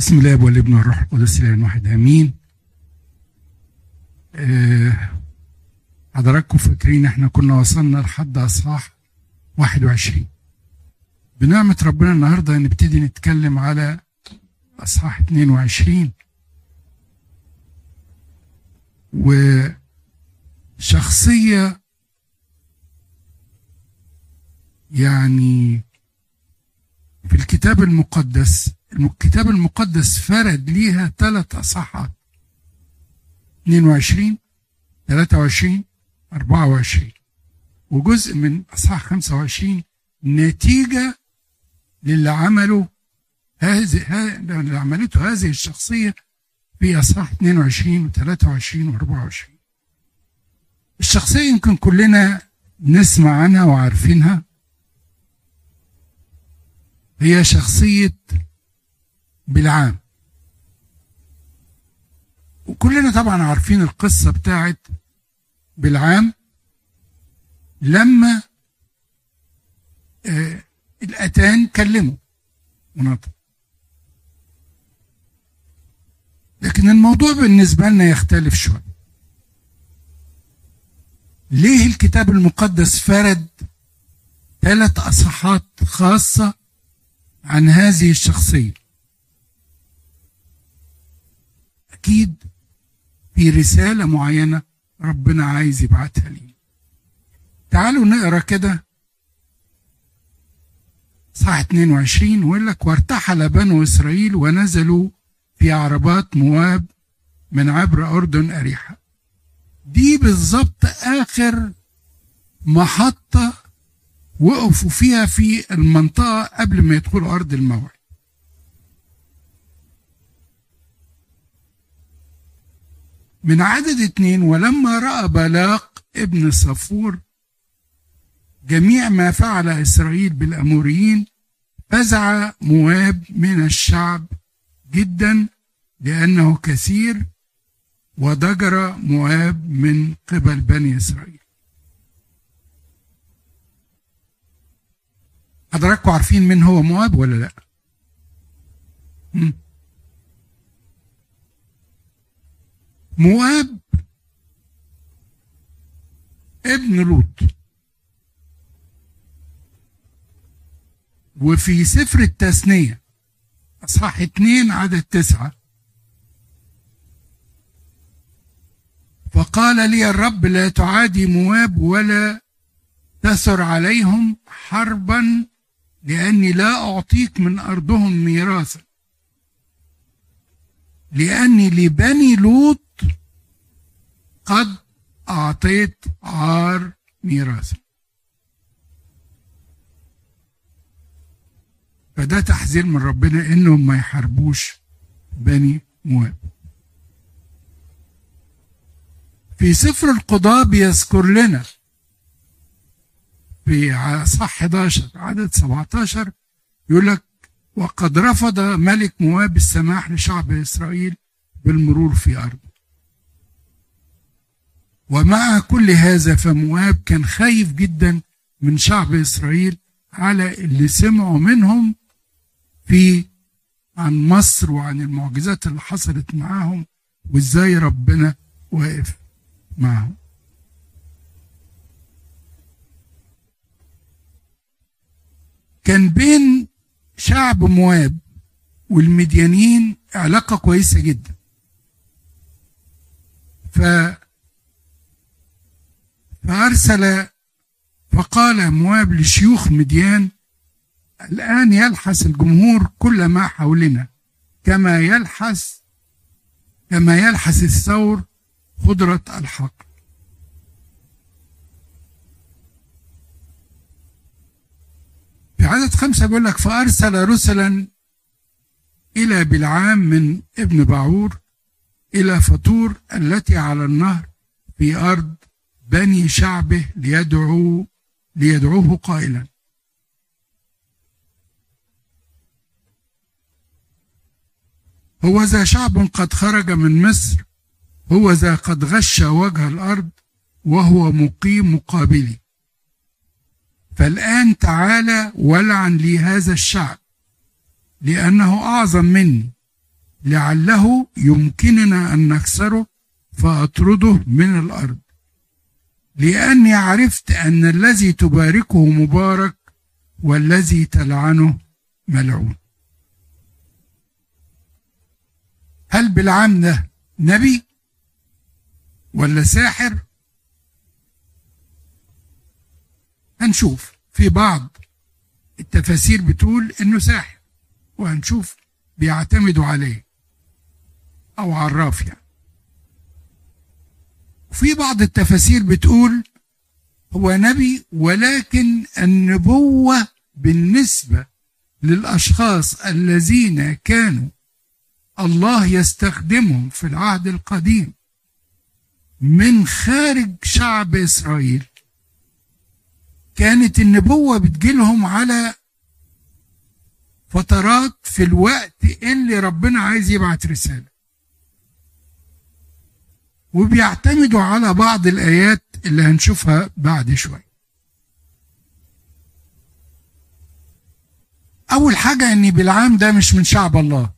بسم الله والابن والروح القدس الإله واحد امين. حضراتكم فاكرين احنا كنا وصلنا لحد اصحاح 21. بنعمة ربنا النهارده نبتدي نتكلم على اصحاح 22 وشخصية يعني في الكتاب المقدس فرد ليها 3 اصحاحات: 22 23 24 وجزء من اصحاح 25 نتيجة للي عملته هذه الشخصية في اصحاح 22 و23 و24. الشخصية يمكن كلنا نسمع عنها وعارفينها، هي شخصية بلعام، وكلنا طبعا عارفين القصة بتاعت بلعام لما الأتان كلموا ونطق. لكن الموضوع بالنسبة لنا يختلف شوية. ليه الكتاب المقدس فرد 3 اصحاحات خاصة عن هذه الشخصية؟ أكيد في رسالة معينة ربنا عايز يبعتها لي. تعالوا نقرأ كده صح 22 ويقول لك: وارتحل بنو إسرائيل ونزلوا في عربات مواب من عبر أردن أريحة. دي بالظبط آخر محطة وقفوا فيها في المنطقة قبل ما يدخلوا أرض الموعد. من عدد 2: ولما رأى بالاق ابن صفور جميع ما فعل إسرائيل بالأموريين فزع مواب من الشعب جدا لأنه كثير، وضجر مواب من قبل بني إسرائيل. حضراتكم عارفين من هو مواب ولا لا؟ مواب ابن لوط، وفي سفر التثنية اصحاح 2 عدد 9: فقال لي الرب: لا تعادي مواب ولا تثر عليهم حربا، لأني لا أعطيك من أرضهم ميراثا، لأني لبني لوط قد أعطيت عار ميراثا. فده تحذير من ربنا إنهم ما يحاربوش بني مواب. في سفر القضاء بيذكر لنا في صح 11 عدد 17 يقول لك: وقد رفض ملك مواب السماح لشعب إسرائيل بالمرور في أرضه. ومع كل هذا فمواب كان خايف جدا من شعب إسرائيل على اللي سمعوا منهم عن مصر وعن المعجزات اللي حصلت معاهم وإزاي ربنا واقف معهم. كان بين شعب مواب والمديانين علاقة كويسة جدا. فقال مواب لشيوخ مديان: الآن يلحس الجمهور كل ما حولنا كما يلحس الثور خضرة الحقل. في عدد 5 بيقول لك: فأرسل رسلا إلى بلعام من ابن باعور إلى فطور التي على النهر في أرض بني شعبه ليدعوه قائلا: هو ذا شعب قد خرج من مصر، هو ذا قد غش وجه الأرض وهو مقيم مقابلي، فالآن تعالى ولعن لي هذا الشعب لأنه أعظم مني، لعله يمكننا أن نكسره فأطرده من الأرض، لأني عرفت أن الذي تباركه مبارك والذي تلعنه ملعون. هل بلعام ده نبي ولا ساحر؟ هنشوف. في بعض التفاسير بتقول انه ساحر، وهنشوف بيعتمدوا عليه او عراف يعني. وفي بعض التفاسير بتقول هو نبي، ولكن النبوة بالنسبة للأشخاص الذين كانوا الله يستخدمهم في العهد القديم من خارج شعب إسرائيل، كانت النبوة بتجيلهم على فترات في الوقت اللي ربنا عايز يبعت رسالة، وبيعتمدوا على بعض الآيات اللي هنشوفها بعد شوية. أول حاجة إن بلعام ده مش من شعب الله،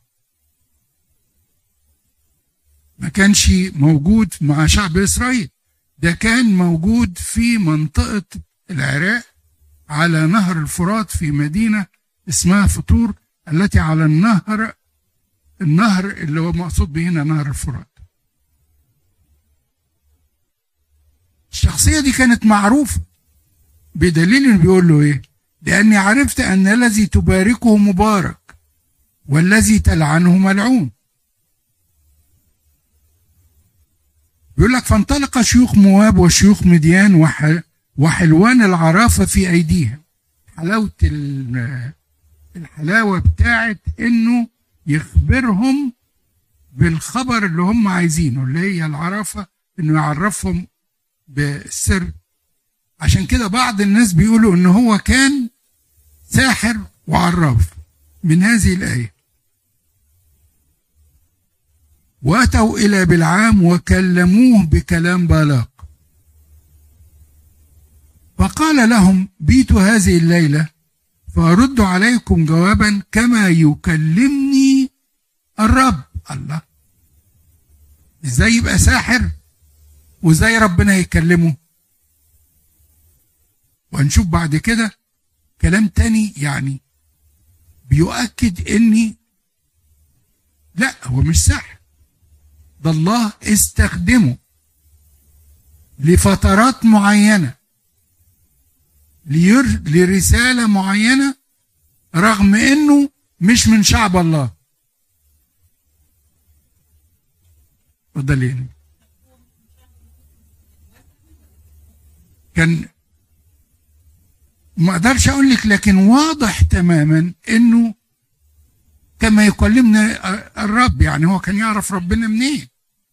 ما كانش موجود مع شعب إسرائيل، ده كان موجود في منطقة العراق على نهر الفرات في مدينة اسمها فطور التي على النهر اللي هو مقصود به هنا نهر الفرات. الشخصية دي كانت معروفة بدليل انه بيقول له ايه؟ لأني عرفت أن الذي تباركه مبارك والذي تلعنه ملعون. بيقول لك فانطلق شيوخ مواب وشيوخ مديان وحلوان العرافة في أيديهم. حلاوة الحلاوة بتاعت إنه يخبرهم بالخبر اللي هم عايزينه، اللي هي العرافة، إنه يعرفهم بالسر. عشان كده بعض الناس بيقولوا إنه هو كان ساحر وعراف من هذه الآية. وأتوا إلى بلعام وكلموه بكلام بالاق، فقال لهم بيتوا هذه الليلة فأرد عليكم جوابا كما يكلمني الرب. الله، ازاي يبقى ساحر وازاي ربنا يكلمه؟ وهنشوف بعد كده كلام تاني يعني بيؤكد اني لا، هو مش ساحر، ده الله استخدمه لفترات معينة لرسالة معينة، رغم انه مش من شعب الله. اتفضلي. كان ما اقدرش اقول لك، لكن واضح تماما انه كما يكلمنا الرب، يعني هو كان يعرف ربنا منين؟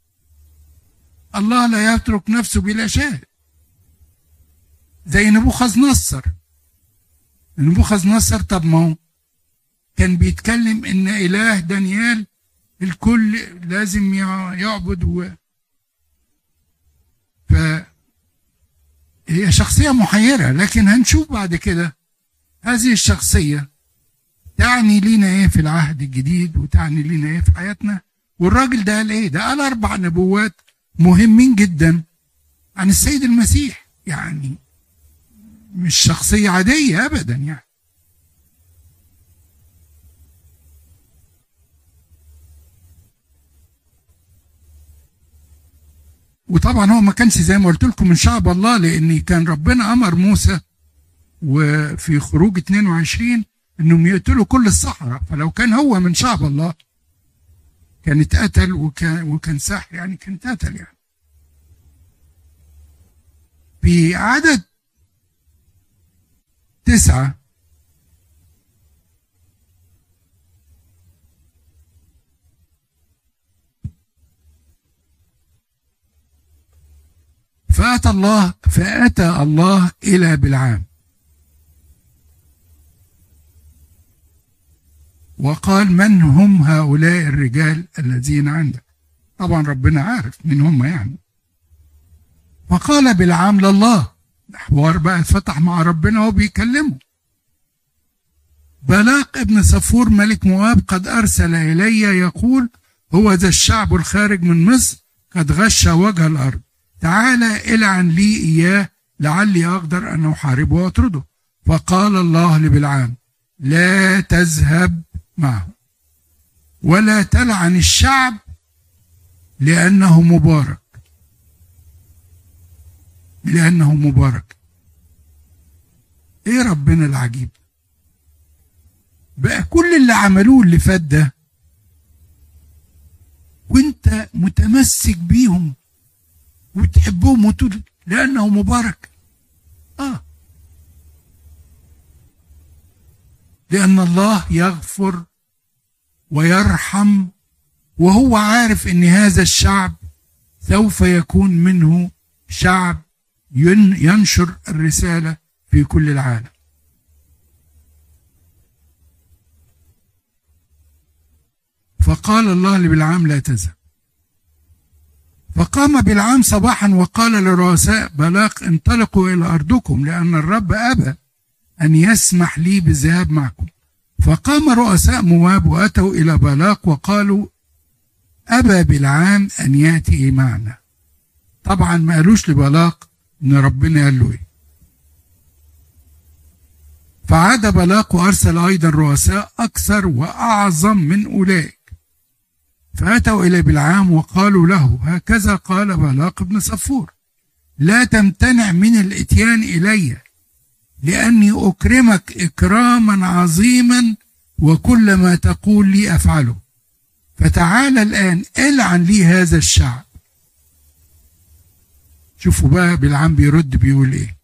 الله لا يترك نفسه بلا شاهد. زي نبوخذ نصر، طب ما هو كان بيتكلم ان اله دانيال الكل لازم يعبد هي شخصية محيرة، لكن هنشوف بعد كده هذه الشخصية تعني لينا ايه في العهد الجديد وتعني لينا ايه في حياتنا. والراجل ده قال ايه؟ ده قال 4 نبوات مهمين جدا عن السيد المسيح، يعني مش شخصية عادية ابدا يعني. وطبعا هو ما كانش زي ما قلت لكم من شعب الله، لان كان ربنا امر موسى وفي خروج 22 انهم يقتلوا كل السحرة، فلو كان هو من شعب الله كان اتقتل، وكان ساحر يعني كان اتقتل يعني. في عدد 9 فأتى الله إلى بلعام وقال من هم هؤلاء الرجال الذين عندك؟ طبعا ربنا عارف من هم يعني. فقال بلعام لله، الحوار بقى اتفتح مع ربنا وهو بيكلمه. بلاق ابن صفور ملك مواب قد أرسل إلي يقول هو ذا الشعب الخارج من مصر قد غش وجه الأرض، تعالى العن لي إياه لعلي أقدر أن أحاربه وأطرده. فقال الله لبلعام لا تذهب معه ولا تلعن الشعب لأنه مبارك، لأنه مبارك. إيه ربنا العجيب بقى، كل اللي عملوه اللي فات ده وانت متمسك بيهم وتحبهم وتقول لأنه مبارك. لأن الله يغفر ويرحم، وهو عارف ان هذا الشعب سوف يكون منه شعب ينشر الرسالة في كل العالم. فقال الله لبلعام لا تذهب. فقام بلعام صباحا وقال لرؤساء بلاق انطلقوا إلى أرضكم، لأن الرب أبى أن يسمح لي بالذهاب معكم. فقام رؤساء مواب وأتوا إلى بلاق وقالوا أبى بلعام أن يأتي معنا. طبعا ما قالوش لبلاق إن ربنا قال له إيه. فعاد بلاق وأرسل أيضا رؤساء أكثر وأعظم من أولئك، فأتوا إلى بلعام وقالوا له هكذا قال بلاق بن صفور لا تمتنع من الإتيان إلي، لأني أكرمك إكراما عظيما وكل ما تقول لي أفعله، فتعال الآن العن لي هذا الشعب. شوفوا بقى بلعام بيرد بيقول إيه.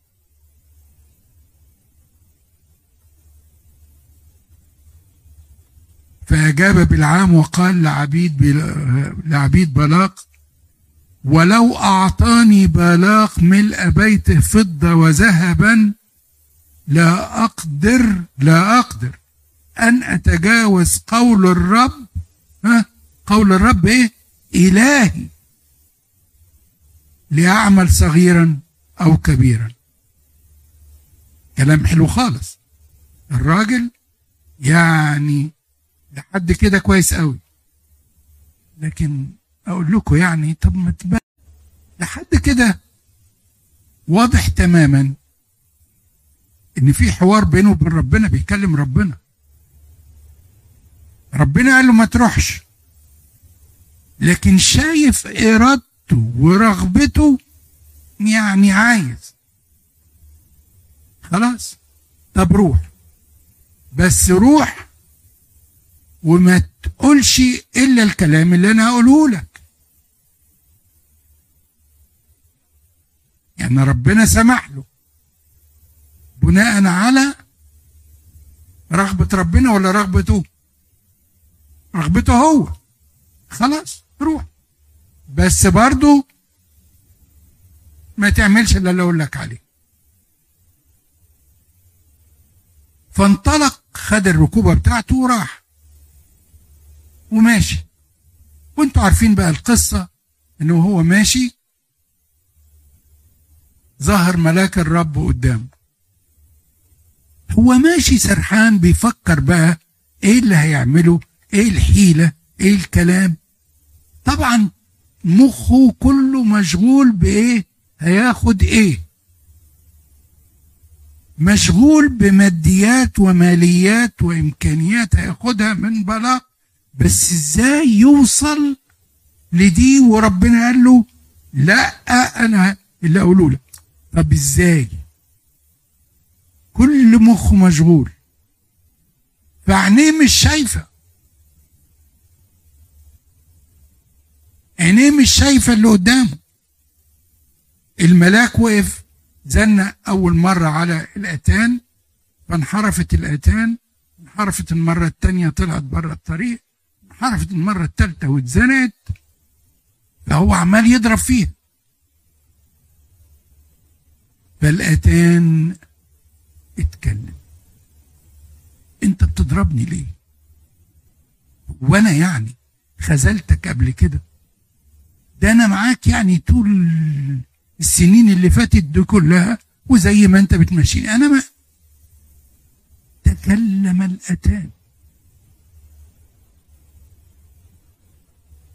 فأجاب بلعام وقال لعبيد بلاق ولو أعطاني بلاق ملء بيته فضة وذهبا لا أقدر أن أتجاوز قول الرب. قول الرب إيه؟ إلهي، لأعمل صغيرا أو كبيرا. كلام حلو خالص. الراجل يعني لحد كده كويس قوي، لكن أقول لكم يعني طب ما تبقى لحد كده واضح تماما إن في حوار بينه وبين ربنا، بيكلم ربنا. ربنا قال له ما تروحش، لكن شايف إرادته ورغبته، يعني عايز. خلاص طب روح، بس روح وما تقولش إلا الكلام اللي أنا هقوله لك. يعني ربنا سمح له بناء على رغبة ربنا ولا رغبته؟ رغبته هو. خلاص روح، بس برضو ما تعملش اللي اقول لك عليه. فانطلق، خد الركوبة بتاعته وراح وماشي. وانتوا عارفين بقى القصة، انه هو ماشي ظهر ملاك الرب قدامه. هو ماشي سرحان بيفكر بقى ايه اللي هيعمله، ايه الحيلة، ايه الكلام. طبعا مخه كله مشغول بايه، هياخد ايه، مشغول بماديات وماليات وامكانيات هياخدها من بلاق، بس ازاي يوصل لدي وربنا قال له لا انا اللي اقوله لك. طب ازاي؟ كل مخه مشغول، فعينيه مش شايفه، عينيه مش شايفه اللي قدامه. الملاك وقف زنق اول مره على الاتان، فانحرفت الاتان، انحرفت المره الثانيه طلعت بره الطريق، انحرفت المره الثالثه واتزنقت، فهو عمال يضرب فيها. فالاتان اتكلم، انت بتضربني ليه؟ وانا يعني خذلتك قبل كده؟ ده انا معاك يعني طول السنين اللي فاتت دي كلها، وزي ما انت بتمشيني انا ما. تكلم الاتان.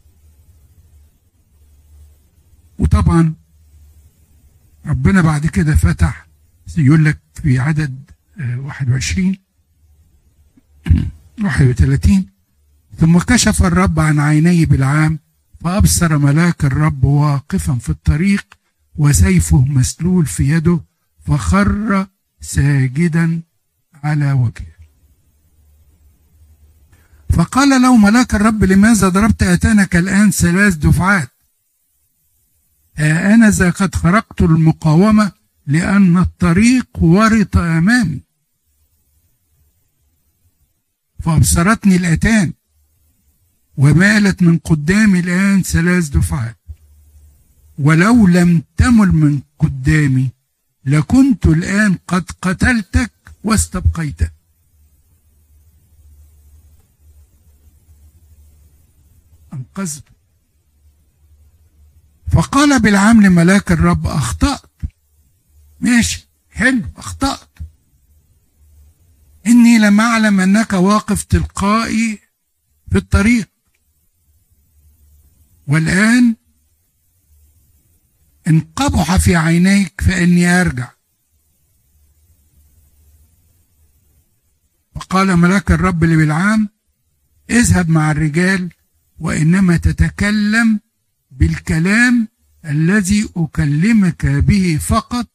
وطبعا ربنا بعد كده فتح، يقول لك في عدد 21 31: ثم كشف الرب عن عيني بالعام فأبصر ملاك الرب واقفا في الطريق وسيفه مسلول في يده، فخر ساجدا على وجهه. فقال له ملاك الرب: لماذا ضربت أتانك الآن 3 دفعات؟ أنا ذا قد خرقت المقاومة لأن الطريق ورط أمامي. فأبصرتني الأتان ومالت من قدامي الآن 3 دفعات، ولو لم تمل من قدامي لكنت الآن قد قتلتك واستبقيتك. أنقذته. فقال بالعام لملاك الرب: أخطأت. ماشي، حلو، أخطأت. إني لم أعلم أنك واقف تلقائي في الطريق، والآن إن قبح في عينيك فإني أرجع. فقال ملاك الرب لبلعام: اذهب مع الرجال، وإنما تتكلم بالكلام الذي أكلمك به فقط.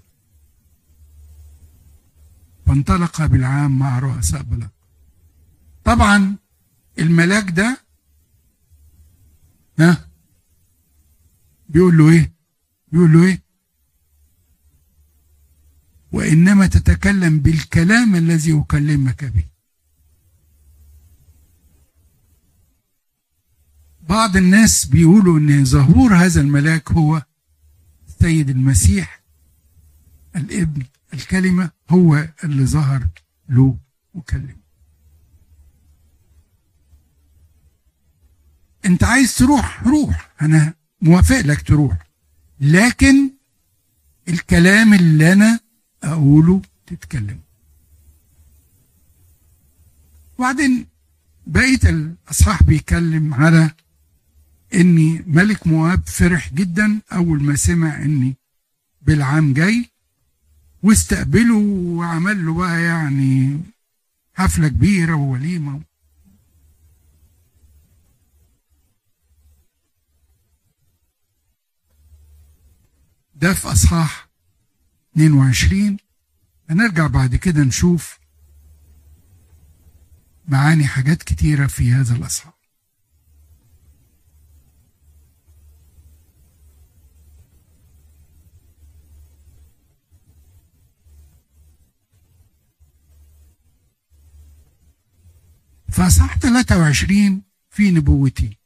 فانطلق بلعام مع رؤساء بلاق. طبعا الملاك ده بيقول له ايه؟ بيقول له ايه؟ وإنما تتكلم بالكلام الذي أكلمك به. بعض الناس بيقولوا ان ظهور هذا الملاك هو السيد المسيح الابن، الكلمة هو اللي ظهر له وكلمه. انت عايز تروح روح، انا موافق لك تروح، لكن الكلام اللي انا اقوله تتكلم. وبعدين بقية الاصحاح بيتكلم على اني ملك مواب فرح جدا اول ما سمع اني بلعام جاي، واستقبله وعمل له بقى يعني حفلة كبيرة ووليمة. ده في اصحاح 22. هنرجع بعد كده نشوف معاني حاجات كتيرة في هذا الاصحاح. فاصحاح 23 في نبوتي.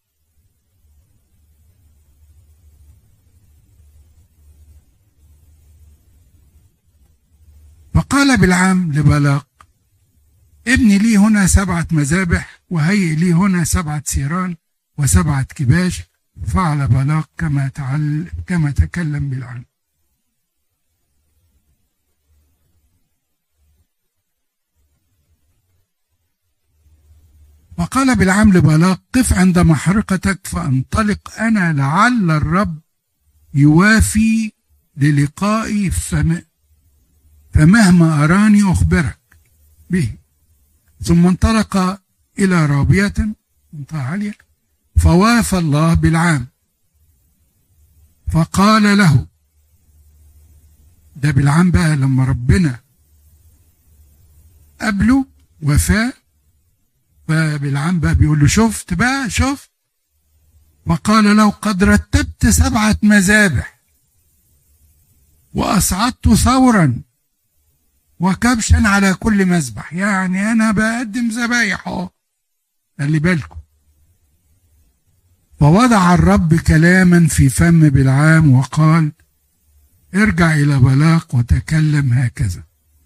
فقال بلعام لبلاق: ابني لي هنا 7 مذابح، وهيئ لي هنا 7 سيران و7 كباش. فعل بلاق كما تكلم بلعام. وقال بلعام لبلاق: قف عند محرقتك فانطلق أنا، لعل الرب يوافي للقائي، فمهما أراني أخبرك به. ثم انطلق إلى رابية منطقة عالية، فوافى الله بلعام فقال له، ده بلعام بقى لما ربنا قبله وفاه، فبلعام بقى بيقول له: شفت بقى، شفت. وقال له: قد رتبت 7 مذابح وأصعدت ثورا وكبشا على كل مذبح. يعني أنا بقدم ذبايح أهو، خلي بالكم. فوضع الرب كلاما في فم بلعام وقال: ارجع إلى بلاق وتكلم هكذا.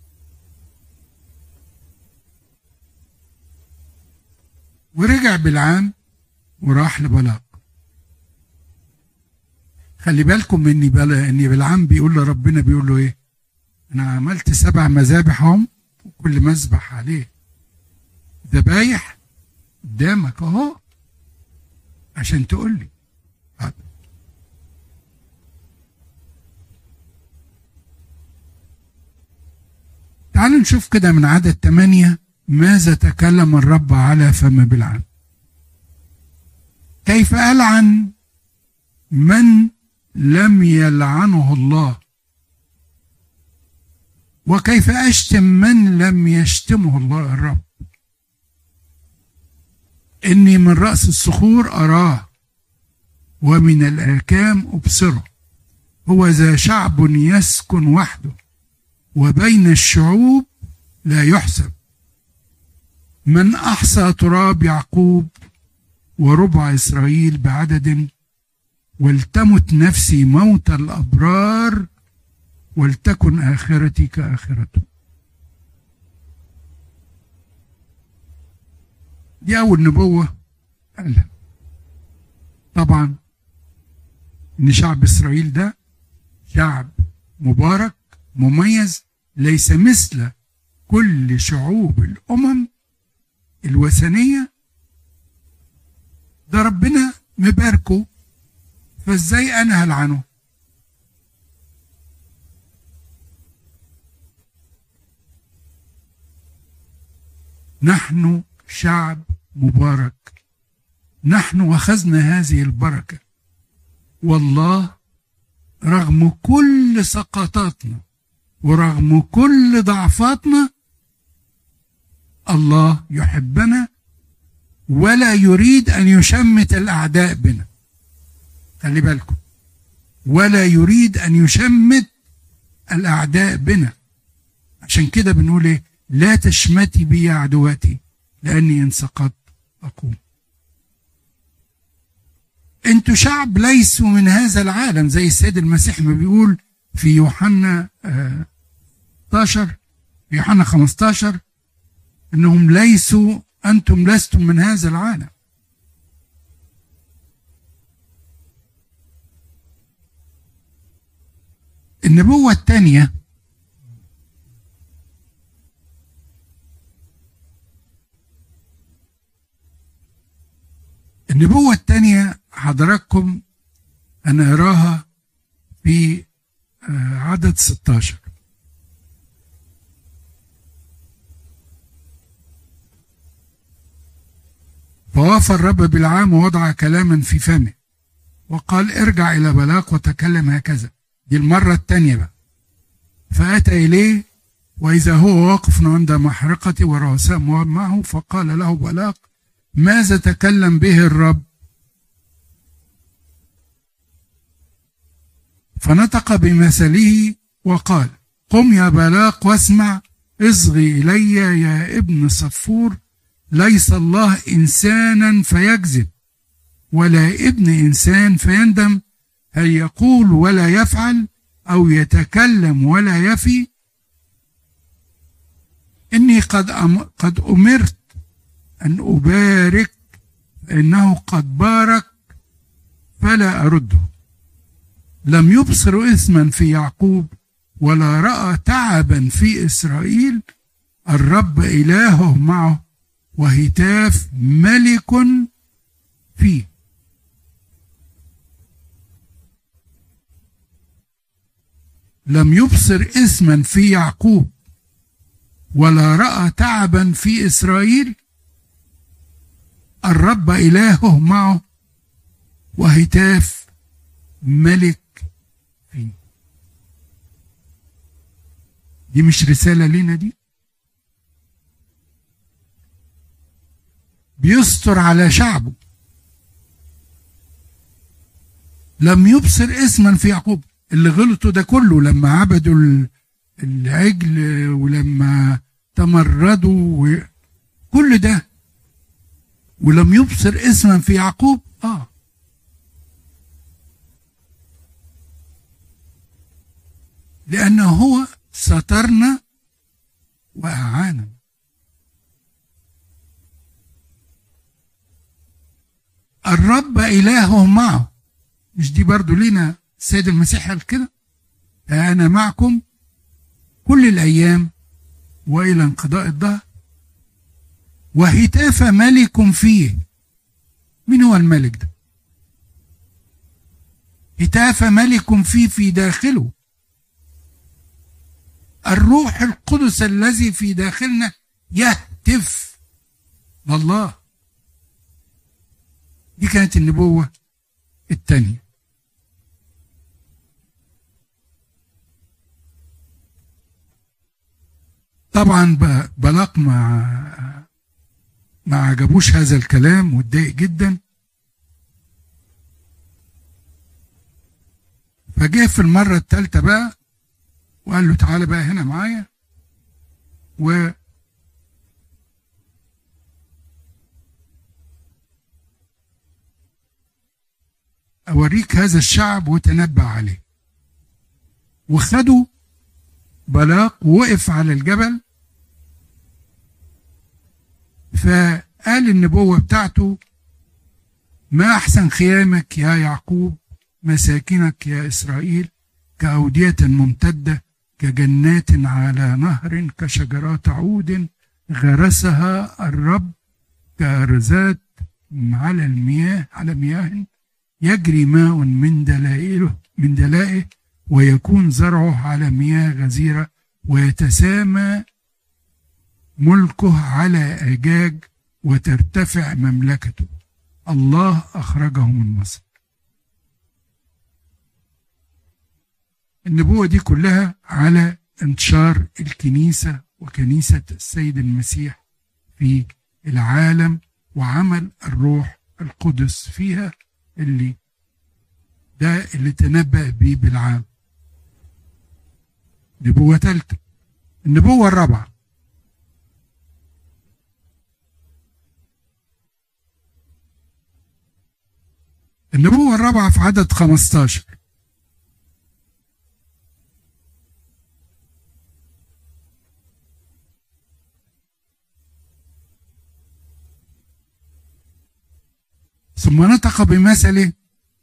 ورجع بلعام وراح لبلاق. خلي بالكم ان بلعام بيقول لربنا، بيقول له ايه؟ انا عملت 7 مذابح هم، وكل مذبح عليه ذبايح قدامك اهو عشان تقول لي. تعالوا نشوف كده من عدد 8 ماذا تكلم الرب على فم بلعام. كيف ألعن من لم يلعنه الله، وكيف أشتم من لم يشتمه الله الرب. إني من رأس الصخور أراه، ومن الآكام أبصره. هو ذا شعب يسكن وحده، وبين الشعوب لا يحسب. من أحصى تراب يعقوب وربع إسرائيل بعدد. ولتمت نفسي موت الأبرار، ولتكن آخرتي كآخرته. دي أول نبوة قالها. طبعا إن شعب إسرائيل ده شعب مبارك مميز، ليس مثل كل شعوب الأمم الوثنية. ده ربنا مباركه، فازاي أنا هلعنه؟ نحن شعب مبارك، نحن أخذنا هذه البركة، والله رغم كل سقطاتنا ورغم كل ضعفاتنا الله يحبنا ولا يريد أن يشمت الأعداء بنا. خلي بالكم، ولا يريد أن يشمت الأعداء بنا. عشان كده بنقول إيه؟ لا تشمتي بي يا عدواتي، لأني إن سقطت أقوم. انتوا شعب ليسوا من هذا العالم، زي السيد المسيح ما بيقول في يوحنا 15 انهم ليسوا، انتم لستم من هذا العالم. النبوة الثانية حضراتكم أنا أراها في عدد 16. فوافى الرب بلعام ووضع كلاما في فمه وقال ارجع إلى بلاق وتكلم هكذا. دي المرة الثانية بقى. فأتى إليه وإذا هو واقف عند محرقة ورؤساء مواب معه، فقال له بلاق ماذا تكلم به الرب؟ فنطق بمثله وقال قم يا بلاق واسمع، اصغي إلي يا ابن صفور، ليس الله إنسانا فيكذب ولا ابن إنسان فيندم، هل يقول ولا يفعل أو يتكلم ولا يفي؟ إني قد أمرت أن أبارك، فإنه قد بارك فلا أرده. لم يبصر إثما في يعقوب ولا رأى تعبا في إسرائيل. الرب إلهه معه وهتاف ملك فيه. لم يبصر إثما في يعقوب ولا رأى تعبا في إسرائيل. الرب إلهه معه وهتاف ملك فيه. دي مش رسالة لنا؟ دي بيستر على شعبه. لم يبصر اسما في يعقوب. اللي غلطوا ده كله لما عبدوا العجل ولما تمردوا وكل ده، ولم يبصر اسما في يعقوب. لأنه هو سترنا وأعانا. الرب إلهه معه. مش دي برضو لينا السيد المسيح قال كده؟ أنا معكم كل الأيام وإلى انقضاء الدهر. وهتاف ملك فيه. مين هو الملك ده؟ هتاف ملك فيه في داخله. الروح القدس الذي في داخلنا يهتف لله. دي كانت النبوة الثانية. طبعا بلاق ما عجبوش هذا الكلام واتضايق جدا، فجاء في المرة الثالثة بقى وقال له تعالى بقى هنا معايا أوريك هذا الشعب وتنبأ عليه. وخدوا بلاق ووقف على الجبل، فقال النبوة بتاعته: ما أحسن خيامك يا يعقوب، مساكنك يا إسرائيل، كأودية ممتدة، كجنات على نهر، كشجرات عود غرسها الرب، كأرزات على المياه، على مياه يجري ماء من دلائه، ويكون زرعه على مياه غزيرة، ويتسامى ملكه على أجاج، وترتفع مملكته. الله أخرجه من مصر. النبوة دي كلها على انتشار الكنيسة وكنيسة السيد المسيح في العالم، وعمل الروح القدس فيها، اللي تنبأ به بالعام. نبوة ثالثة. النبوة الرابعة. النبوة الرابعة في عدد 15. ثم نطق بمثله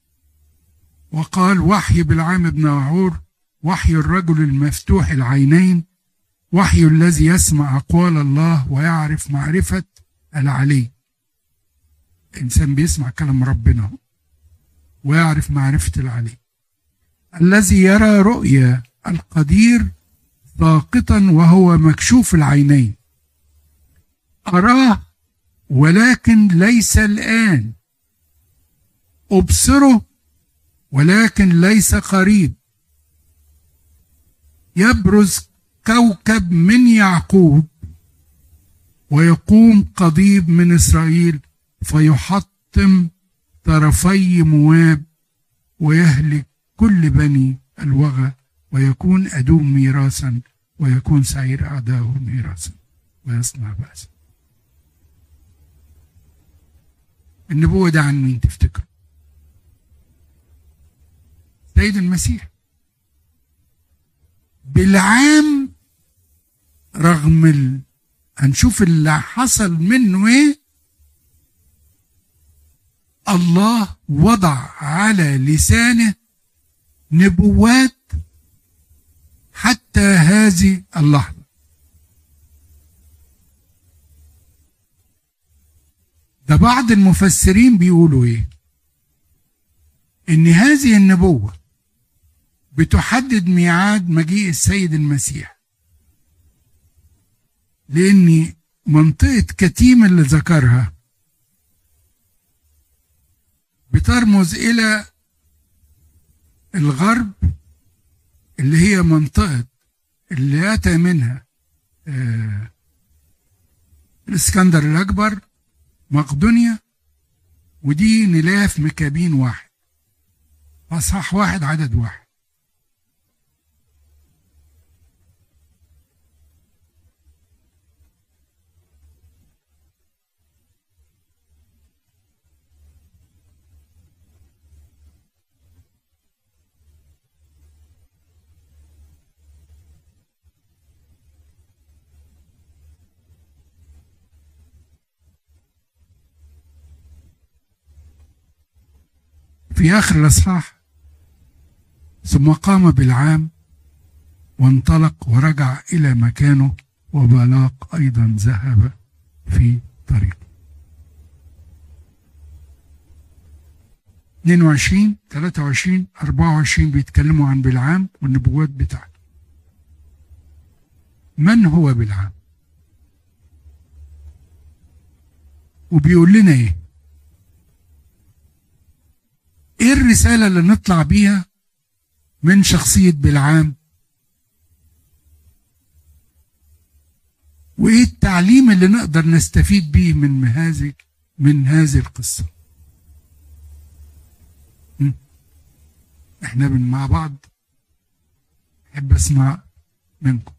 وقال: وحي بالعام بن عور، وحي الرجل المفتوح العينين، وحي الذي يسمع أقوال الله ويعرف معرفة العلي. إنسان بيسمع كلام ربنا ويعرف معرفة العلي، الذي يرى رؤيا القدير ساقطا وهو مكشوف العينين، أراه ولكن ليس الآن، أبصره ولكن ليس قريب. يبرز كوكب من يعقوب، ويقوم قضيب من إسرائيل، فيحطم طرفي مواب، ويهلك كل بني الوغى، ويكون أدوم ميراثا، ويكون سعير أعدائه ميراثا، ويصنع بأسا. النبوة ده عن مين تفتكروا؟ سيد المسيح. بالعام، رغم هنشوف اللي حصل منه ايه، الله وضع على لسانه نبوات حتى هذه اللحظة. ده بعض المفسرين بيقولوا ايه؟ ان هذه النبوة بتحدد ميعاد مجيء السيد المسيح، لأن منطقة كتيم اللي ذكرها بترمز إلى الغرب، اللي هي منطقة اللي أتى منها الإسكندر الأكبر، مقدونيا، ودي نلاف مكابين واحد، أصحاح 1 عدد 1. في آخر الأصحاح: ثم قام بالعام وانطلق ورجع إلى مكانه، وبلاق أيضا ذهب في طريقه. 22 23 24 بيتكلموا عن بالعام والنبوات بتاعته. من هو بلعام؟ وبيقول لنا ايه؟ ايه الرسالة اللي نطلع بيها من شخصية بلعام؟ وايه التعليم اللي نقدر نستفيد بيه من هذه القصة؟ احنا مع بعض، احب اسمع منكم.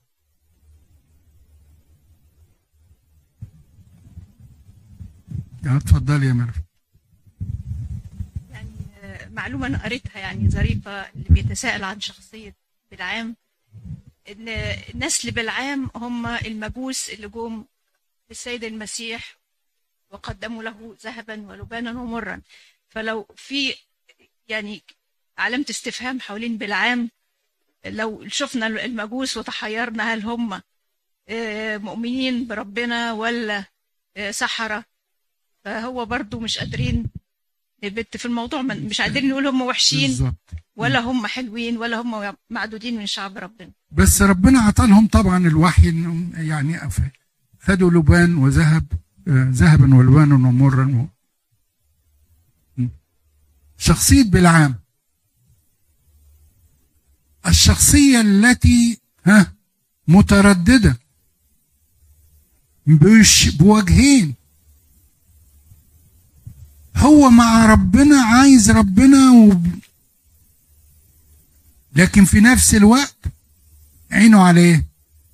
اتفضلي يا مرفت. يعني معلومة أنا قريتها يعني ظريفة، اللي بيتساءل عن شخصية بلعام إن نسل بلعام هم المجوس اللي جم للسيد المسيح وقدموا له ذهبا ولبانا ومرا. فلو في يعني علامة استفهام حوالين بلعام، لو شفنا المجوس وتحيرنا هل هم مؤمنين بربنا ولا سحرة، فهو برضو مش قادرين نبت في الموضوع، مش قادرين نقول هم وحشين بالظبط ولا هم حلوين ولا هم معدودين من شعب ربنا. بس ربنا عطالهم طبعا الوحي انهم يعني خدوا لبان وذهب، ذهبا ولبانا ومرا. شخصية بلعام الشخصية التي مترددة بوجهين. هو مع ربنا، عايز ربنا لكن في نفس الوقت عينه عليه،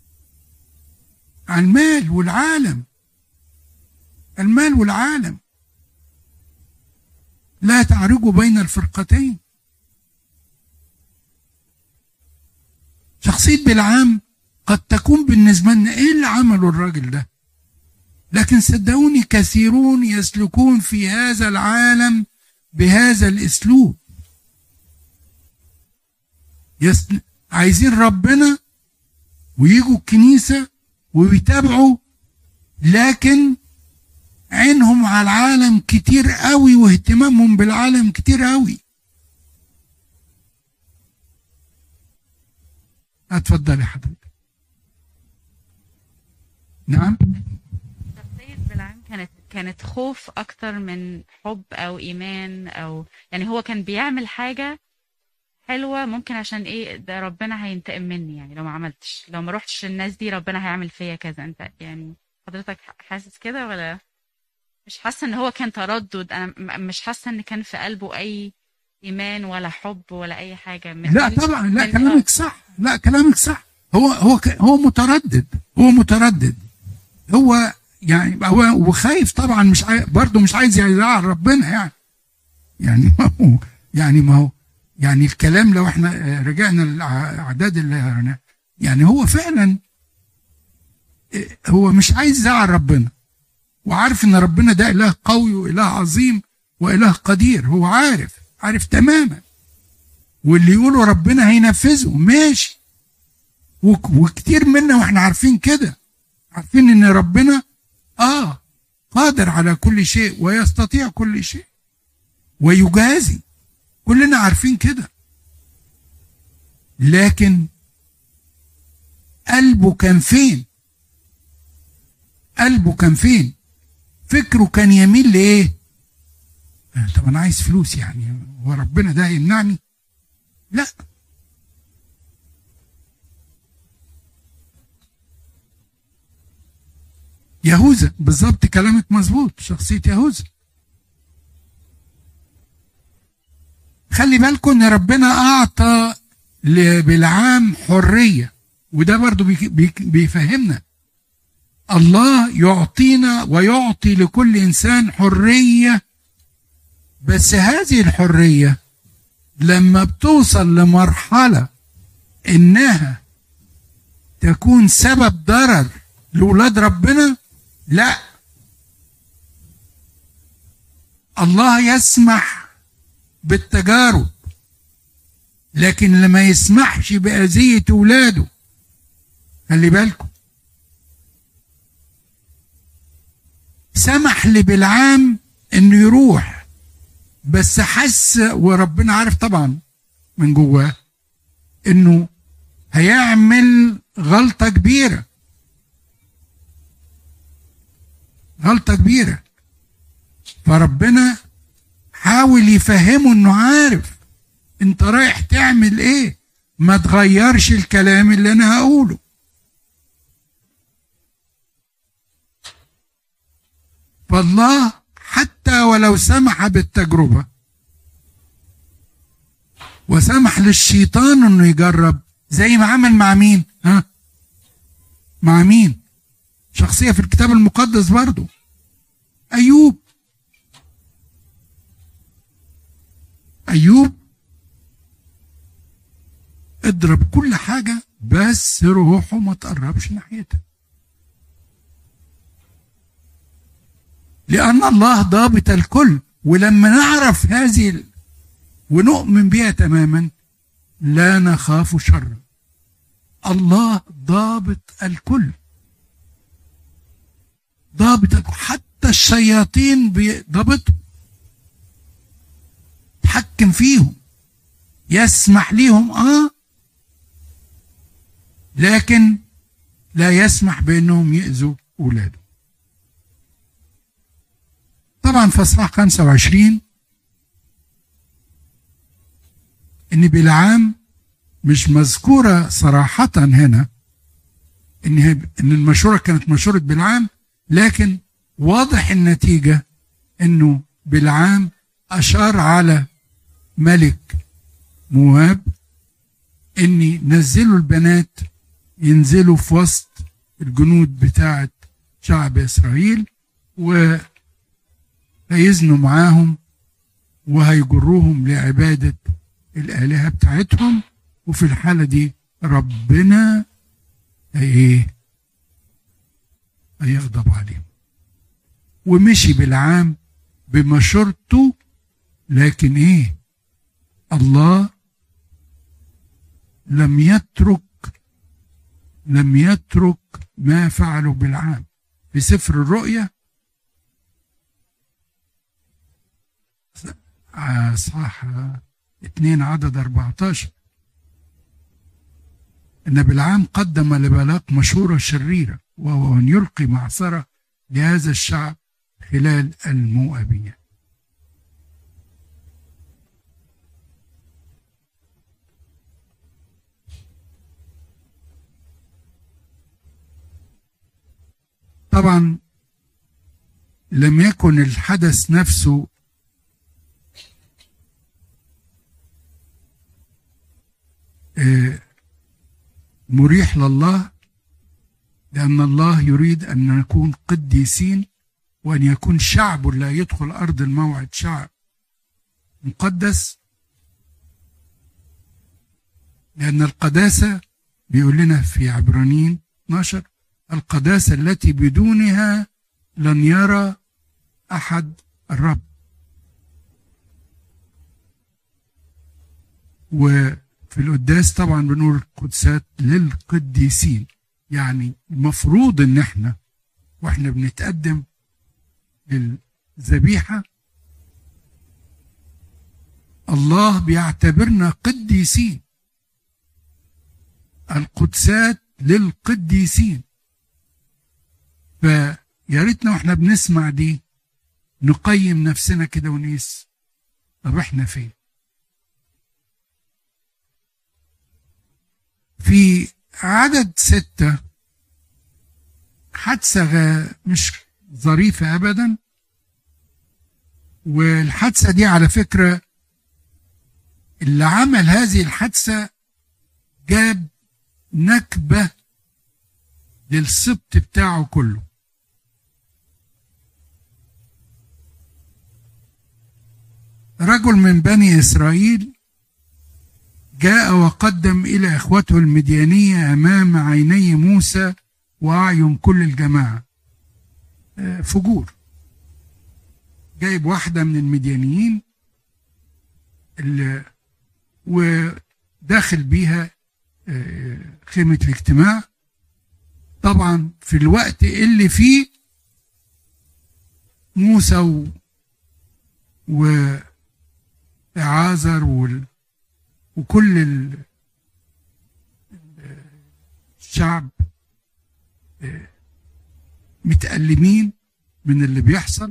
على المال والعالم. المال والعالم لا تعرجوا بين الفرقتين. شخصية بلعام قد تكون بالنسبة لنا ايه اللي عمله الراجل ده، لكن صدقوني كثيرون يسلكون في هذا العالم بهذا الاسلوب. عايزين ربنا ويجوا الكنيسة ويتابعوا، لكن عينهم على العالم كتير قوي واهتمامهم بالعالم كتير قوي. اتفضلي حضرتك. نعم. شخصية بلعام كانت خوف أكتر من حب أو إيمان، أو يعني هو كان بيعمل حاجة حلوة ممكن عشان إيه ده ربنا هينتقم مني، يعني لو ما عملتش، لو ما روحتش للناس دي ربنا هيعمل فيا كذا. أنت يعني حضرتك حاسس كده ولا مش حاسة إن هو كان تردد؟ أنا مش حاسة إن كان في قلبه أي إيمان ولا حب ولا أي حاجة. لا طبعا، لا كلامك صح، لا كلامك صح. هو متردد، هو متردد، هو يعني هو وخايف طبعا، مش برضه مش عايز يزعل ربنا يعني ما هو يعني الكلام لو احنا رجعنا للاعداد اللي يعني هو فعلا هو مش عايز يزعل ربنا، وعارف ان ربنا ده اله قوي واله عظيم واله قدير. هو عارف تماما، واللي يقوله ربنا هينفذه ماشي. وكتير منا واحنا عارفين كده، عارفين ان ربنا قادر على كل شيء ويستطيع كل شيء ويجازي، كلنا عارفين كده. لكن قلبه كان فين؟ قلبه كان فين؟ فكره كان يميل لايه؟ طب انا عايز فلوس، يعني هو ربنا ده يمنعني؟ لا. يهوذا بالظبط، كلامك مظبوط، شخصية يهوذا. خلي بالكم ان ربنا اعطى لبلعام حرية، وده برضو بيفهمنا الله يعطينا ويعطي لكل انسان حرية، بس هذه الحرية لما بتوصل لمرحلة انها تكون سبب ضرر لأولاد ربنا، لا. الله يسمح بالتجارب، لكن لما يسمحش بأذية أولاده. خلي بالكم، سمح لبلعام انه يروح، بس حس وربنا عارف طبعا من جواه انه هيعمل غلطة كبيرة غلطة كبيرة. فربنا حاول يفهمه انه عارف انت رايح تعمل ايه، ما تغيرش الكلام اللي انا هقوله. فالله حتى ولو سمح بالتجربة وسمح للشيطان انه يجرب، زي ما عمل مع مين؟ مع مين؟ شخصية في الكتاب المقدس برضو، أيوب. أيوب اضرب كل حاجة بس روحه ما تقربش ناحيتها، لأن الله ضابط الكل. ولما نعرف هذه ونؤمن بها تماما لا نخاف شرا. الله ضابط الكل، ضابط حتى الشياطين ضابطهم، يتحكم فيهم، يسمح ليهم لكن لا يسمح بأنهم يؤذوا أولاده. طبعا في اصحاح 25 ان بلعام مش مذكورة صراحة هنا ان المشورة كانت مشورة بلعام، لكن واضح النتيجة انه بلعام اشار على ملك مواب ان نزلوا البنات ينزلوا في وسط الجنود بتاعة شعب اسرائيل وهيزنوا معاهم وهيجروهم لعبادة الآلهة بتاعتهم. وفي الحالة دي ربنا هيغضب عليهم. ومشي بلعام بمشورته، لكن الله لم يترك ما فعله بلعام. في سفر الرؤيا صح 2 عدد 14 ان بلعام قدم لبلاق مشورة شريرة، وهو ان يلقي معصرة لهذا الشعب خلال الموئبية. طبعا لم يكن الحدث نفسه مريح لله، لأن الله يريد أن نكون قديسين، وأن يكون شعب لا يدخل أرض الموعد شعب مقدس. لأن القداسة بيقول لنا في عبرانيين 12 القداسة التي بدونها لن يرى أحد الرب. وفي القداس طبعا بنقول القدسات للقديسين، يعني المفروض ان احنا واحنا بنتقدم للذبيحة الله بيعتبرنا قديسين. القدسات للقديسين. فيا ريتنا واحنا بنسمع دي نقيم نفسنا كده ونقيس طب احنا فين. في عدد 6 حادثة مش ظريفة أبدا، والحادثة دي على فكرة اللي عمل هذه الحادثة جاب نكبة للسبط بتاعه كله. رجل من بني إسرائيل جاء وقدم إلى إخوته المديانية أمام عيني موسى وأعين كل الجماعة فجور. جايب واحدة من المديانيين وداخل بيها خيمة الاجتماع. طبعا في الوقت اللي فيه موسى وعازر وكل الشعب متألمين من اللي بيحصل،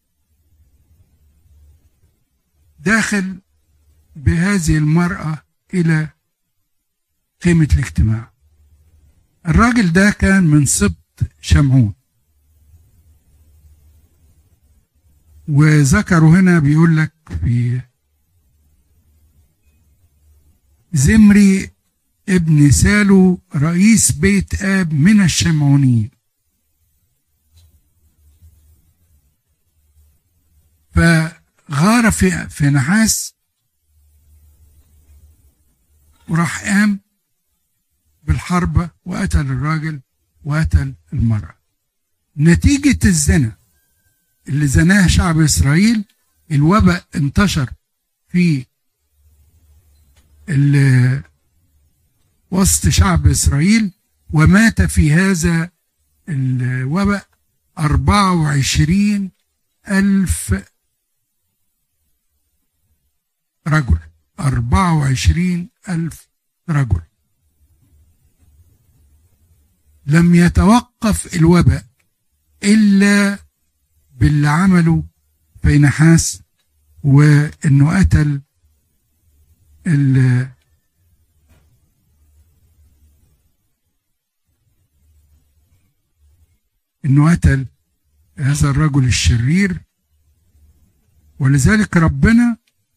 داخل بهذه المرأة إلى قيمة الاجتماع. الراجل ده كان من سبط شمعون، وذكروا هنا بيقول لك في زمري ابن سالو رئيس بيت آب من الشمعونيين. فغار في نحاس وراح قام بالحرب وقتل الراجل وقتل المرأة. نتيجة الزنا اللي زناه شعب إسرائيل، الوباء انتشر في وسط شعب إسرائيل، ومات في هذا الوباء 24,000 رجل. 24,000 رجل. لم يتوقف الوباء إلا باللي عمله فينحاس، وإنه قتل هذا الرجل الشرير. ولذلك ربنا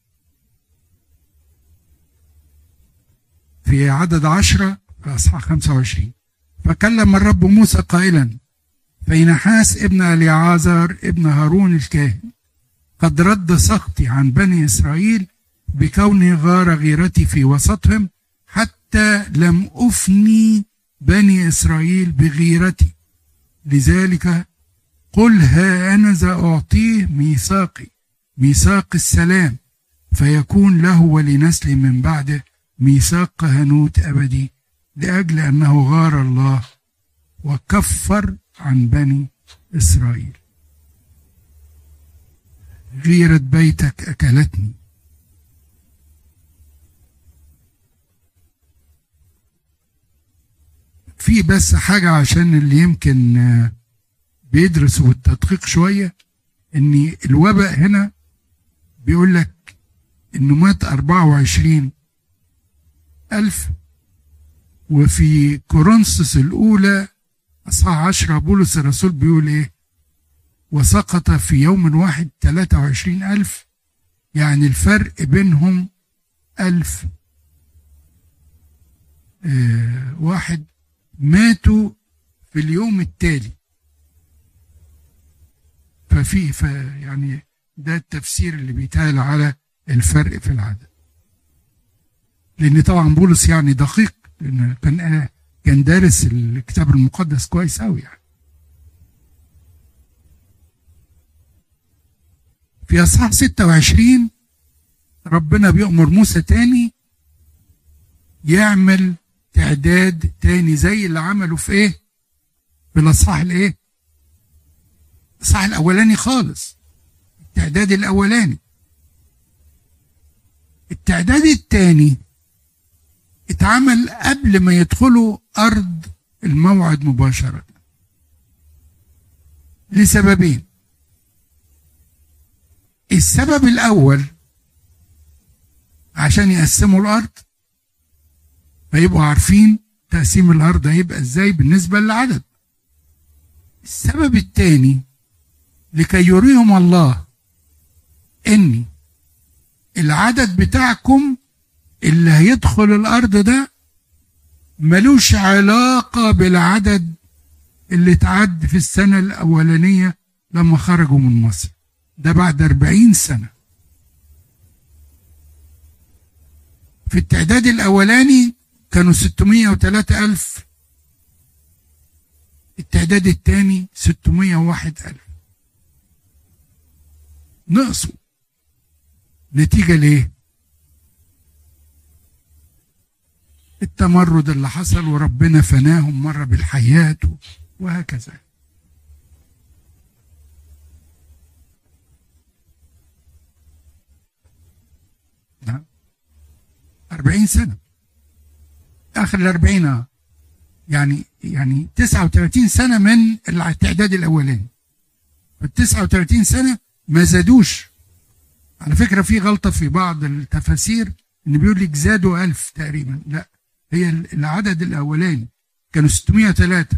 في عدد 10 في أصحاح 25 فكلم الرب موسى قائلا: فينحاس ابن اليعازر ابن هارون الكاهن قد رد سخطي عن بني إسرائيل بكوني غار غيرتي في وسطهم، حتى لم أفني بني إسرائيل بغيرتي. لذلك قل ها أنا ذا أعطيه ميثاقي، ميثاق السلام، فيكون له ولنسل من بعده ميثاق كهنوت أبدي، لأجل أنه غار الله وكفر عن بني إسرائيل. غيرة بيتك أكلتني. في بس حاجة عشان اللي يمكن بيدرسوا بالتدقيق شوية، ان الوباء هنا بيقول لك انه مات 24,000. وفي كورنثوس الأولى أصحاح 10 بولس الرسول بيقول ايه؟ وسقط في يوم واحد 23,000، يعني الفرق بينهم 1000 واحد ماتوا في اليوم التالي. يعني ده التفسير اللي بيتقال على الفرق في العدد، لأن طبعا بولس يعني دقيق، لأن كان دارس الكتاب المقدس كويس أوي يعني. في أصحاح 26 ربنا بيأمر موسى تاني يعمل تعداد تاني زي اللي عمله في ايه؟ في الأصحاح الايه؟ الأصحاح الأولاني خالص. التعداد الأولاني. التعداد التاني اتعمل قبل ما يدخلوا أرض الموعد مباشرة، لسببين. السبب الأول عشان يقسموا الأرض فيبقوا عارفين تقسيم الأرض هيبقى ازاي بالنسبة للعدد. السبب الثاني لكي يريهم الله ان العدد بتاعكم اللي هيدخل الأرض ده ملوش علاقة بالعدد اللي اتعد في السنة الأولانية لما خرجوا من مصر. ده بعد 40 سنة. في التعداد الأولاني كانوا 603,000، التعداد الثاني 601,000. نقصوا. نتيجة ليه؟ التمرد اللي حصل، وربنا فناهم مرة بالحياة وهكذا. نعم 40 سنة. آخر 40 يعني 39 سنة من التعداد الأولاني. ال39 سنة ما زادوش. على فكرة في غلطة في بعض التفاسير إن بيقول لك زادوا 1000 تقريبا، لا، هي العدد الأولاني كانوا 603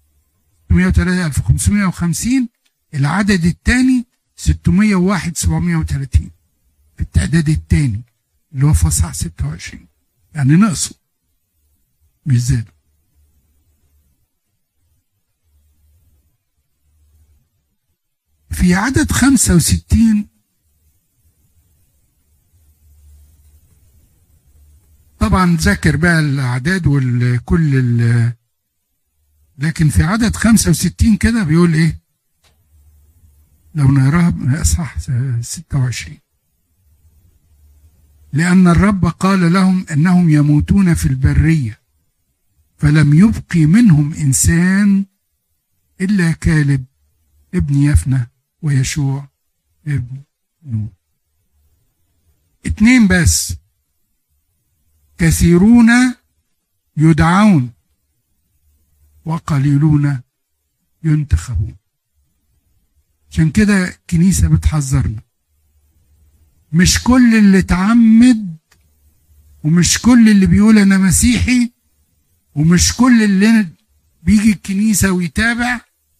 1550، العدد الثاني 601 730 في التعداد الثاني اللي هو في اصحاح 26، يعني نقصوا مش زادوا. في عدد 65 طبعا ذاكر بقى الاعداد والكل، لكن في عدد 65 كده بيقول ايه لو نقراها اصحاح 26: لأن الرب قال لهم أنهم يموتون في البرية، فلم يبق منهم إنسان إلا كالب ابن يفنة ويشوع ابن نون. 2 بس، كثيرون يدعون وقليلون ينتخبون. عشان كده الكنيسة بتحذرنا، مش كل اللي اتعمد ومش كل اللي بيقول انا مسيحي ومش كل اللي بيجي الكنيسة ويتابع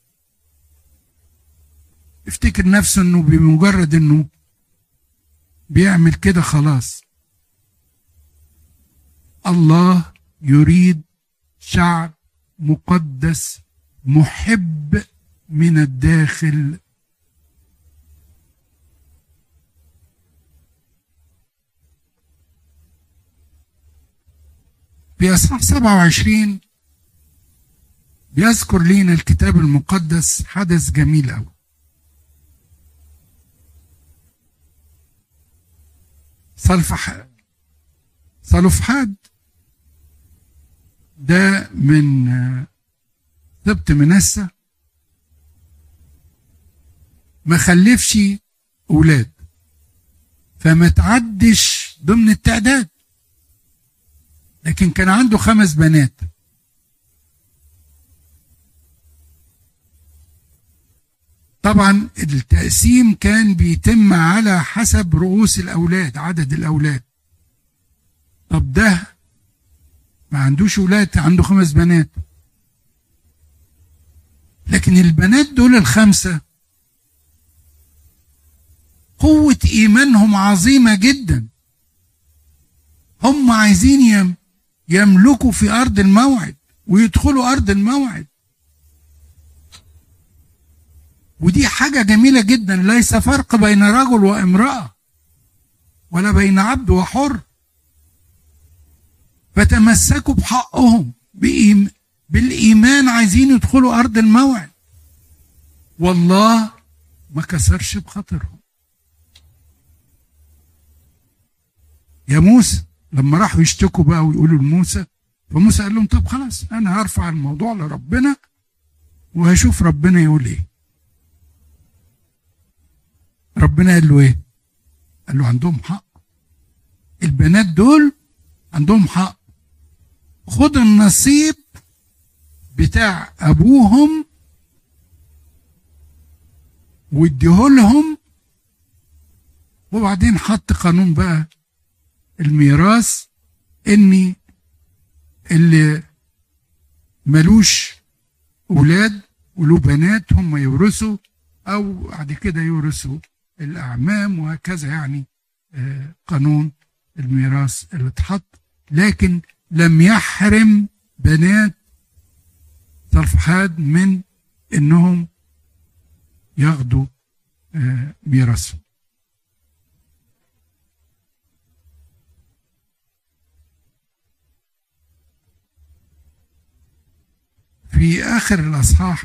يفتكر نفسه انه بمجرد انه بيعمل كده خلاص. الله يريد شعب مقدس محب من الداخل. في اصحاح 27 بيذكر لنا الكتاب المقدس حدث جميل قوي. صلوفحاد ده من سبط منسى، ما خلفش اولاد، فما تعدش ضمن التعداد، لكن كان عنده 5 بنات. طبعا التقسيم كان بيتم على حسب رؤوس الأولاد، عدد الأولاد. طب ده ما عندوش أولاد، عنده 5 بنات، لكن البنات دول ال5 قوة إيمانهم عظيمة جدا، هم عايزين يملكوا في أرض الموعد ويدخلوا أرض الموعد، ودي حاجة جميلة جدا. ليس فرق بين رجل وامرأة ولا بين عبد وحر، فتمسكوا بحقهم بالإيمان، عايزين يدخلوا أرض الموعد، والله ما كسرش بخاطرهم. يا موسى لما راحوا يشتكوا بقى ويقولوا لموسى، فموسى قال لهم طب خلاص انا هرفع الموضوع لربنا وهشوف ربنا يقول ايه. ربنا قال له ايه؟ قال له عندهم حق، البنات دول عندهم حق، خد النصيب بتاع ابوهم واديهولهم. وبعدين حط قانون بقى الميراث، اني اللي ملوش اولاد وله بنات هم يورثوا، او بعد كده يورثوا الاعمام، وهكذا. يعني قانون الميراث اللي اتحط، لكن لم يحرم بنات صلفحاد من انهم ياخدوا ميراثهم. في آخر الأصحاح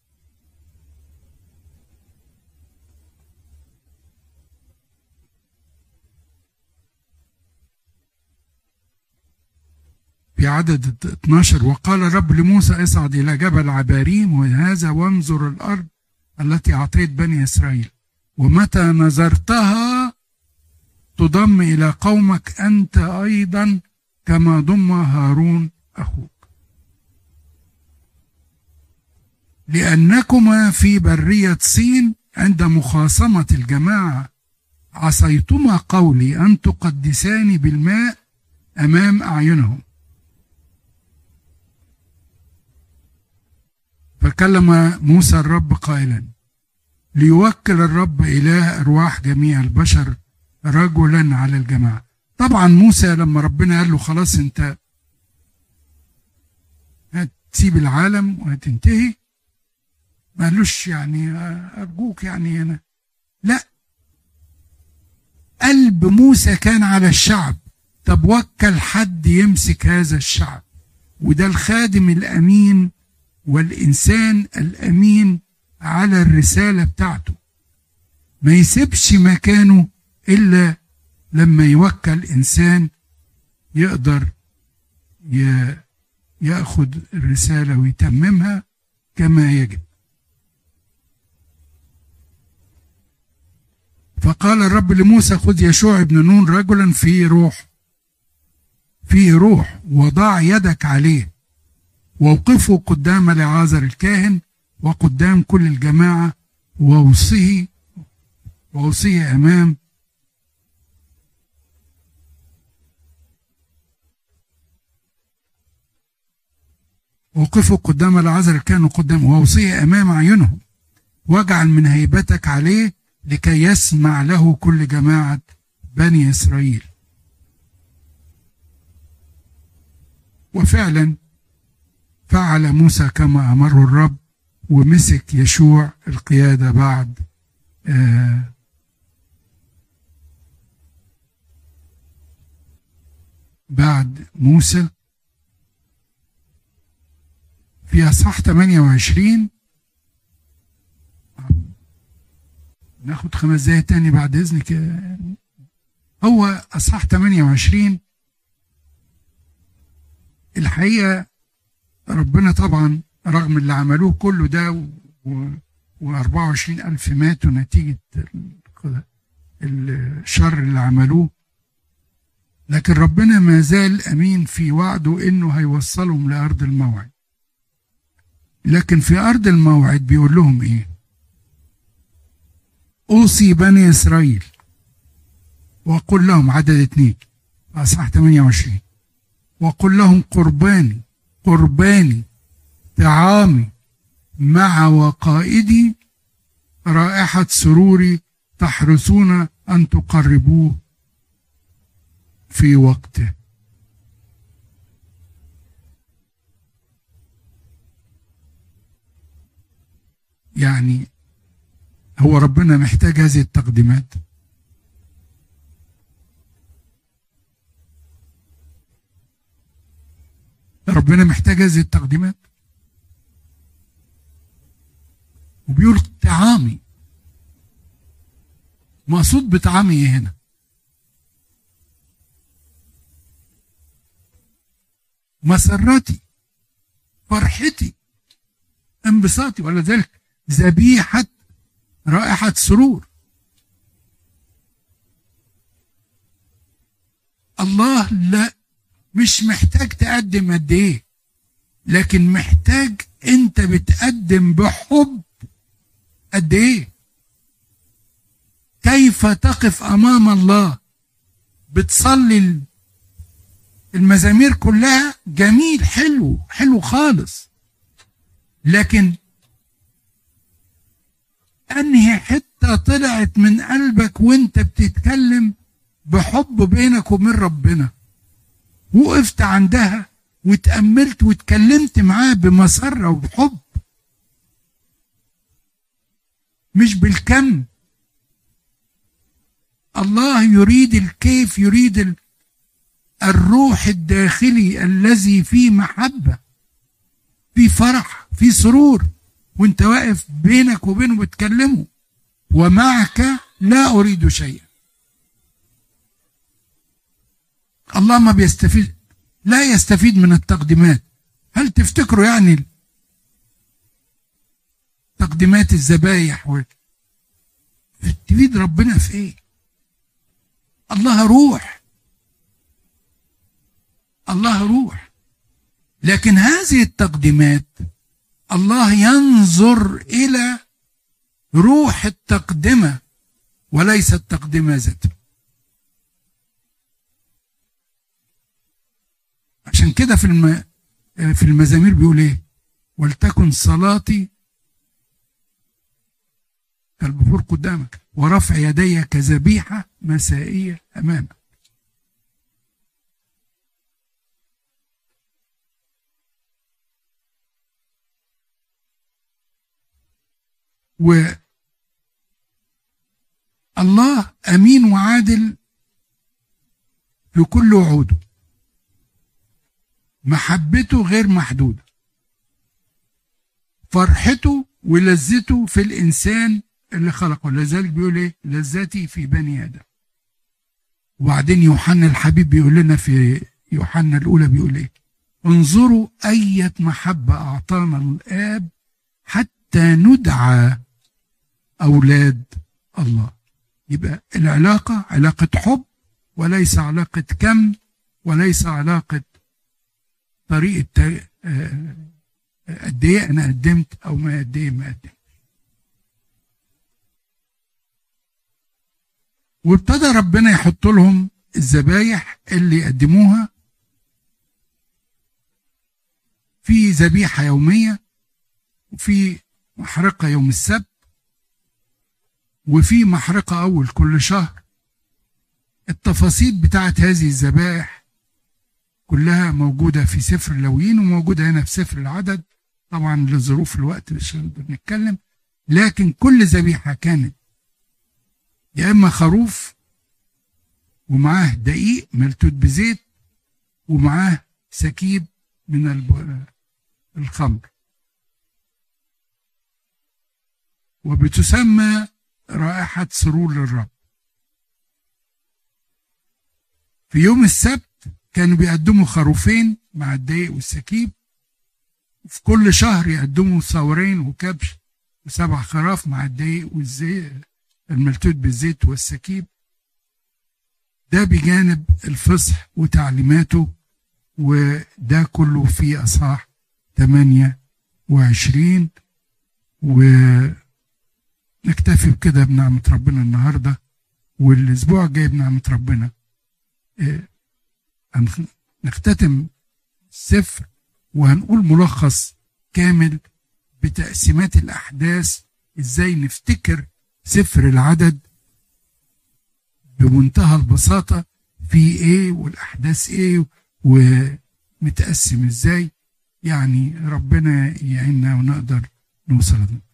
في عدد 12: وقال الرب لموسى اصعد إلى جبل عباريم وهذا وانظر الأرض التي أعطيت بني إسرائيل، ومتى نظرتها تضم إلى قومك أنت أيضا كما ضم هارون أخوك، لأنكما في برية صين عند مخاصمة الجماعة عصيتما قولي أن تقدساني بالماء أمام أعينهم. فكلم موسى الرب قائلا ليوكل الرب إله أرواح جميع البشر رجلا على الجماعة. طبعا موسى لما ربنا قال له خلاص انت هتسيب العالم وهتنتهي، ما قالوش يعني أرجوك يعني أنا، لا، قلب موسى كان على الشعب. طب وكل حد يمسك هذا الشعب، وده الخادم الأمين والإنسان الأمين على الرسالة بتاعته، ما يسيبش مكانه إلا لما يوكل إنسان يقدر يأخذ الرسالة ويتممها كما يجب. فقال الرب لموسى خذ يشوع بن نون رجلا فيه روح وضع يدك عليه ووقفه قدام لعازر الكاهن وقدام كل الجماعة ووصيه أمام ووقفه قدام لعازر الكاهن وقدام ووصيه أمام أعينهم واجعل من هيبتك عليه لكي يسمع له كل جماعة بني إسرائيل. وفعلا فعل موسى كما أمره الرب، ومسك يشوع القيادة بعد موسى. في أصحاح 28 ناخد 5 دقايق تاني بعد إذنك. هو أصحاح 28 الحقيقة ربنا طبعا رغم اللي عملوه كله ده و24,000 ماتوا نتيجة الشر اللي عملوه، لكن ربنا ما زال أمين في وعده إنه هيوصلهم لأرض الموعد. لكن في أرض الموعد بيقول لهم إيه؟ أوصي بني إسرائيل وقل لهم، عدد 2 أصحاح 28، وقل لهم قرباني طعامي مع وقائدي رائحة سروري تحرصون أن تقربوه في وقته. يعني هو ربنا محتاج هذه التقديمات؟ ربنا محتاج هذه التقديمات؟ وبيقول طعامي. مقصود بطعامي ايه هنا؟ مسرتي، فرحتي، انبساطي، ولا ذلك ذبيحة رائحة سرور. الله لا مش محتاج تقدم قد ايه، لكن محتاج انت بتقدم بحب قد ايه. كيف تقف امام الله بتصلي المزامير كلها جميل، حلو خالص، لكن انهي حتة طلعت من قلبك وانت بتتكلم بحب بينك وبين ربنا، وقفت عندها وتأملت واتكلمت معاه بمسرة وبحب، مش بالكم. الله يريد الكيف، يريد الروح الداخلي الذي فيه محبة، فيه فرح، فيه سرور، وانت واقف بينك وبينه بتكلمه. ومعك لا أريد شيئا. الله ما بيستفيد، لا يستفيد من التقديمات. هل تفتكروا يعني تقديمات الذبايح تفيد ربنا في ايه؟ الله روح، الله روح. لكن هذه التقديمات الله ينظر إلى روح التقدمة وليس التقدمة ذاته. عشان كده في المزامير بيقول ايه؟ ولتكن صلاتي كالبخور قدامك ورفع يدي كذبيحة مسائية أمامك. والله أمين وعادل في كل وعوده، محبته غير محدودة، فرحته ولذته في الإنسان اللي خلقه، لذلك بيقول ايه؟ لذتي في بني آدم. وبعدين يوحنا الحبيب بيقول لنا في يوحنا الأولى بيقول ايه؟ انظروا أية محبة أعطانا الآب حتى ندعى أولاد الله. يبقى العلاقة علاقة حب وليس علاقة كم، وليس علاقة طريقة قد ايه أنا قدمت أو ما قد ايه ما قدمت. وابتدى ربنا يحط لهم الذبايح اللي يقدموها، في ذبيحة يومية، وفي محرقة يوم السبت، وفي محرقة أول كل شهر. التفاصيل بتاعت هذه الذبائح كلها موجودة في سفر اللاويين وموجودة هنا في سفر العدد، طبعا لظروف الوقت مش هنقدر نتكلم، لكن كل ذبيحة كانت يا إما خروف ومعاه دقيق ملتوت بزيت ومعاه سكيب من الخمر، وبتسمى رائحة سرور للرب. في يوم السبت كانوا بيقدموا خروفين مع الدقيق والسكيب، وفي كل شهر يقدموا ثورين وكبش و7 خراف مع الدقيق والزيت الملتوت بالزيت والسكيب. ده بجانب الفصح وتعليماته، وده كله في أصحاح 28. ونكتفي بكده بنعمة ربنا النهاردة، والأسبوع الجاي بنعمة ربنا نختتم السفر وهنقول ملخص كامل بتقسيمات الأحداث، إزاي نفتكر سفر العدد بمنتهى البساطة، في إيه والأحداث إيه ومتقسم إزاي. يعني ربنا يعيننا ونقدر نوصل